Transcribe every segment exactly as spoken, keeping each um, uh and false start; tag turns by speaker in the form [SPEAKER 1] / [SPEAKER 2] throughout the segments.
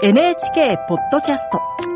[SPEAKER 1] エヌエイチケー ポッドキャスト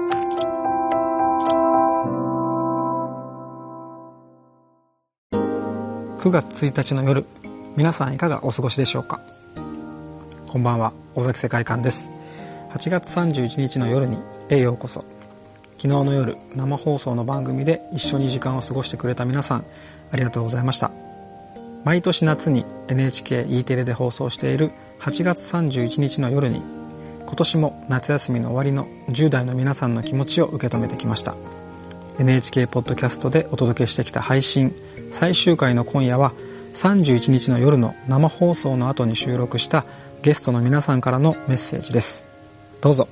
[SPEAKER 2] くがつついたちの夜、皆さんいかがお過ごしでしょうか。こんばんは、尾崎世界観です。はちがつさんじゅういちにちの夜にへようこそ。昨日の夜、生放送の番組で一緒に時間を過ごしてくれた皆さん、ありがとうございました。毎年夏に エヌエイチケー E テレで放送しているはちがつさんじゅういちにちの夜に、今年も夏休みの終わりのじゅう代の皆さんの気持ちを受け止めてきました。 エヌエイチケー ポッドキャストでお届けしてきた配信最終回の今夜は、さんじゅういちにちの夜の生放送の後に収録したゲストの皆さんからのメッセージです。どうぞ。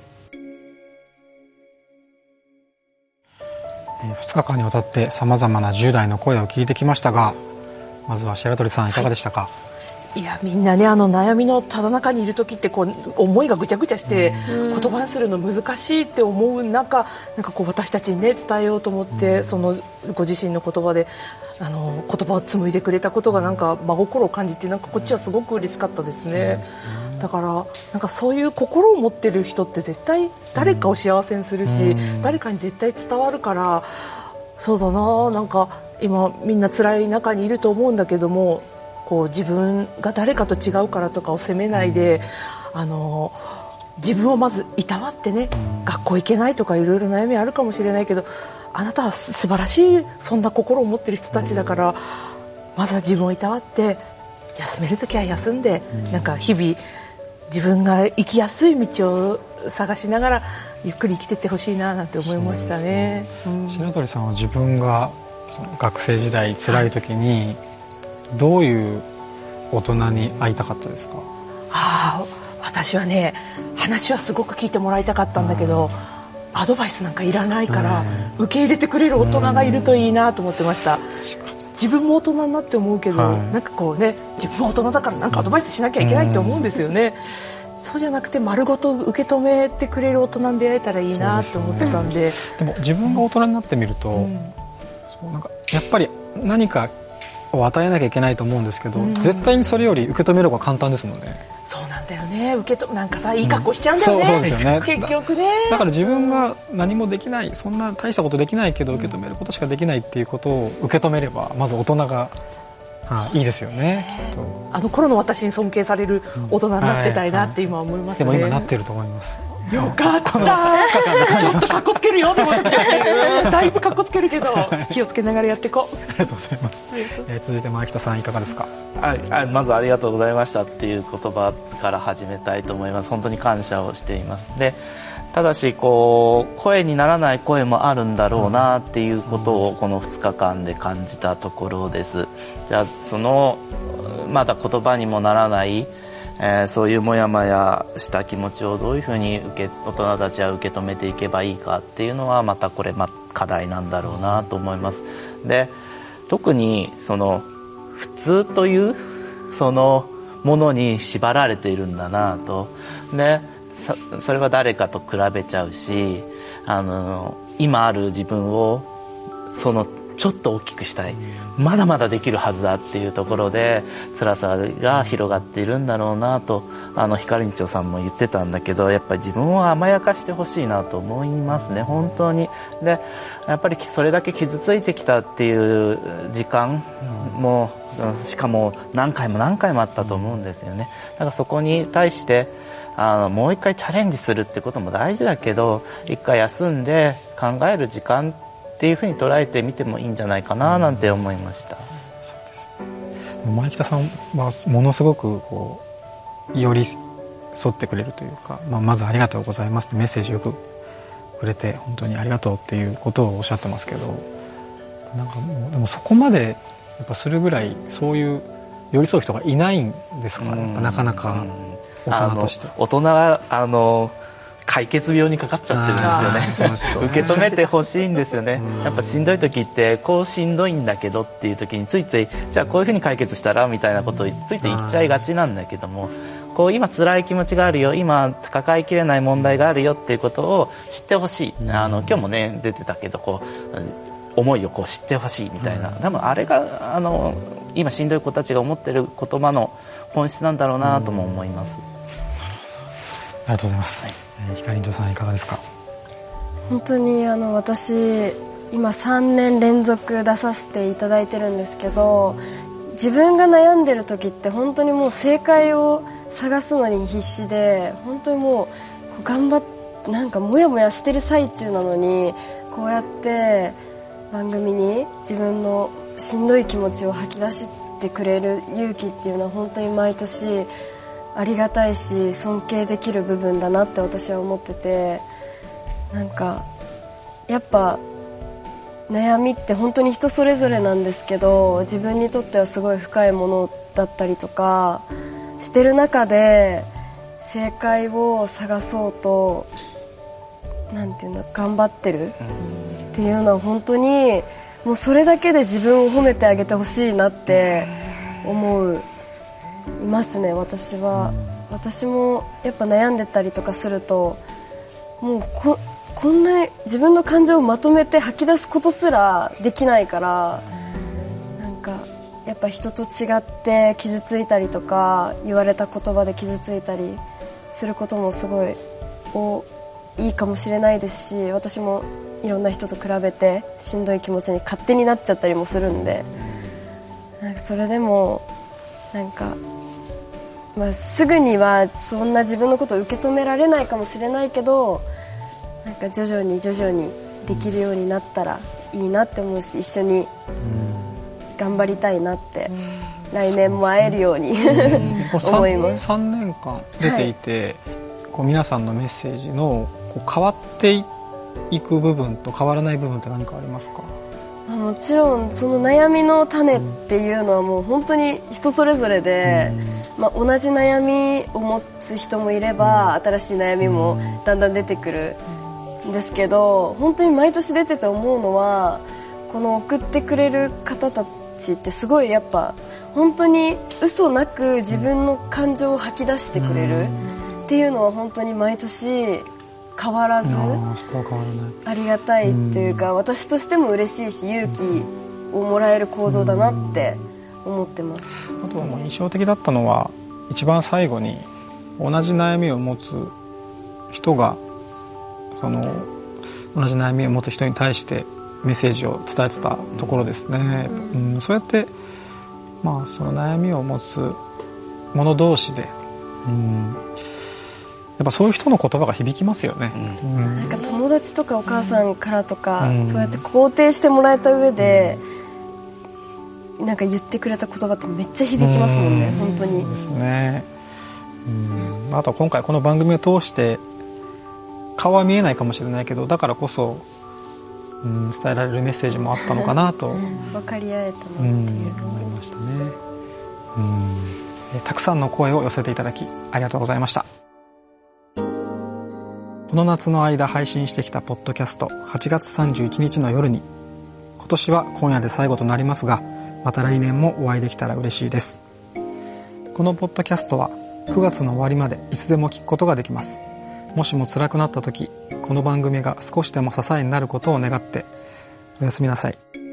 [SPEAKER 2] ふつかかんにわたってさまざまなじゅう代の声を聞いてきましたが、まずは白鳥さんいかがでしたか。はい、
[SPEAKER 3] いやみんなね、あの悩みのただ中にいる時ってこう思いがぐちゃぐちゃして言葉にするの難しいって思う中、なんかこう私たちにね伝えようと思って、そのご自身の言葉であの言葉を紡いでくれたことがなんか真心を感じて、なんかこっちはすごく嬉しかったですね。だからなんかそういう心を持ってる人って絶対誰かを幸せにするし、誰かに絶対伝わるから、そうだな、なんか今みんな辛い中にいると思うんだけども、こう自分が誰かと違うからとかを責めないで、うん、あの自分をまずいたわってね、うん、学校行けないとかいろいろ悩みあるかもしれないけど、あなたは素晴らしいそんな心を持ってる人たちだから、うん、まずは自分をいたわって休めるときは休んで、うん、なんか日々自分が生きやすい道を探しながらゆっくり生きていってほしいななんて思いましたね。うん、
[SPEAKER 2] 白鳥さんは自分がその学生時代辛い時に、はい、どういう大人に会いたかったですか。
[SPEAKER 3] ああ、私はね、話はすごく聞いてもらいたかったんだけど、うん、アドバイスなんかいらないから、うん、受け入れてくれる大人がいるといいなと思ってました。うん、自分も大人になって思うけど、はい、なんかこうね、自分も大人だからなんかアドバイスしなきゃいけないって思うんですよね。うん、そうじゃなくて丸ごと受け止めてくれる大人に出会えたらいいなと思ってたんで、
[SPEAKER 2] でも自分が大人になってみると、うん、そうなんかやっぱり何かを与えなきゃいけないと思うんですけど、うん、絶対にそれより受け止める方が簡単ですもんね。
[SPEAKER 3] そうなんだよね。受けとなんかさ、いい格好しちゃうんだよね。
[SPEAKER 2] うん、そう、そうですよね。
[SPEAKER 3] 結局ね。
[SPEAKER 2] だ、だから自分が何もできない、そんな大したことできないけど受け止めることしかできないっていうことを受け止めれば、まず大人が、はあ、いいですよね。きっと
[SPEAKER 3] あの頃の私に尊敬される大人になってたいなって今思いますね。
[SPEAKER 2] でも今なってると思います。
[SPEAKER 3] よかったちょっとかっこつけるよと思ってだいぶかっこつけるけど気をつけながらやっていこう。
[SPEAKER 2] ありがとうございます。えー、続いて前北さんいかがですか。
[SPEAKER 4] ああまずありがとうございましたっていう言葉から始めたいと思います。本当に感謝をしています。でただしこう声にならない声もあるんだろうなっていうことをこのふつかかんで感じたところです。じゃあそのまだ言葉にもならないえー、そういうモヤモヤした気持ちをどういうふうに受け大人たちは受け止めていけばいいかっていうのはまたこれ、ま、課題なんだろうなと思います。で特にその普通というそのものに縛られているんだなと。でそれは誰かと比べちゃうし、あの今ある自分をそのちょっと大きくしたい、まだまだできるはずだっていうところで辛さが広がっているんだろうなと、あのひかりんちょさんも言ってたんだけど、やっぱり自分を甘やかしてほしいなと思いますね、本当に。でやっぱりそれだけ傷ついてきたっていう時間も、しかも何回も何回もあったと思うんですよね。だからそこに対してあのもう一回チャレンジするってことも大事だけど、一回休んで考える時間っていうふうに捉えてみてもいいんじゃないかななんて思いました。
[SPEAKER 2] そうです。前北さんはものすごくこう寄り添ってくれるというか、まあ、まずありがとうございますってメッセージよくくれて、本当にありがとうっていうことをおっしゃってますけど、なんかもうでもそこまでやっぱするぐらいそういう寄り添う人がいないんですから、やっぱなかなか大人として。
[SPEAKER 4] 大人はあの解決病にかかっちゃってるんですよね。受け止めてほしいんですよね。やっぱしんどい時ってこうしんどいんだけどっていう時についついじゃあこういうふうに解決したらみたいなことをついつい言っちゃいがちなんだけども、こう今辛い気持ちがあるよ、今抱えきれない問題があるよっていうことを知ってほしい。あの今日もね出てたけど、こう思いをこう知ってほしいみたいな、多分あれがあの今しんどい子たちが思ってる言葉の本質なんだろうなとも思います。
[SPEAKER 2] ありがとうございます。はい。 えー、ひかりんちょさんいかがですか？
[SPEAKER 5] 本当にあの私今さんねん連続出させていただいてるんですけど、自分が悩んでる時って本当にもう正解を探すのに必死で、本当にもう頑張ってなんかモヤモヤしてる最中なのに、こうやって番組に自分のしんどい気持ちを吐き出してくれる勇気っていうのは本当に毎年ありがたいし尊敬できる部分だなって私は思ってて、なんかやっぱ悩みって本当に人それぞれなんですけど、自分にとってはすごい深いものだったりとかしてる中で正解を探そうとなんていうの頑張ってるっていうのは本当にもうそれだけで自分を褒めてあげてほしいなって思ういますね。私は私もやっぱ悩んでたりとかするともう こ, こんな自分の感情をまとめて吐き出すことすらできないから、なんかやっぱ人と違って傷ついたりとか言われた言葉で傷ついたりすることもすごい多いかもしれないですし、私もいろんな人と比べてしんどい気持ちに勝手になっちゃったりもするんで、なんかそれでもなんか、まあ、すぐにはそんな自分のことを受け止められないかもしれないけど、なんか徐々に徐々にできるようになったらいいなって思うし、一緒に頑張りたいなって、来年も会えるように思います。
[SPEAKER 2] さんねんかん出ていて、はい、こう皆さんのメッセージのこう変わっていく部分と変わらない部分って何かありますか？
[SPEAKER 5] もちろんその悩みの種っていうのはもう本当に人それぞれで、まあ、同じ悩みを持つ人もいれば新しい悩みもだんだん出てくるんですけど、本当に毎年出てて思うのはこの送ってくれる方たちってすごいやっぱ本当に嘘なく自分の感情を吐き出してくれるっていうのは本当に毎年変わらずありがたいというか、私としても嬉しいし勇気をもらえる行動だなって思ってます。
[SPEAKER 2] あとはもう印象的だったのは一番最後に同じ悩みを持つ人がその同じ悩みを持つ人に対してメッセージを伝えてたところですね、うんうん、そうやって、まあ、その悩みを持つ者同士で、うん、やっぱそういう人の言葉が響きますよね、うん、
[SPEAKER 5] なんか友達とかお母さんからとか、うん、そうやって肯定してもらえた上で、うん、なんか言ってくれた言葉ってめっちゃ響きますもんね、うん、本当に。
[SPEAKER 2] そうですね、うん、あと今回この番組を通して顔は見えないかもしれないけど、だからこそ、うん、伝えられるメッセージもあったのかなと、うん、
[SPEAKER 5] 分かり合えたなっていう、うん、
[SPEAKER 2] 思いましたね、うん、えたくさんの声を寄せていただきありがとうございました。この夏の間配信してきたポッドキャストはちがつさんじゅういちにちの夜に、今年は今夜で最後となりますが、また来年もお会いできたら嬉しいです。このポッドキャストはくがつの終わりまでいつでも聞くことができます。もしも辛くなった時、この番組が少しでも支えになることを願って、おやすみなさい。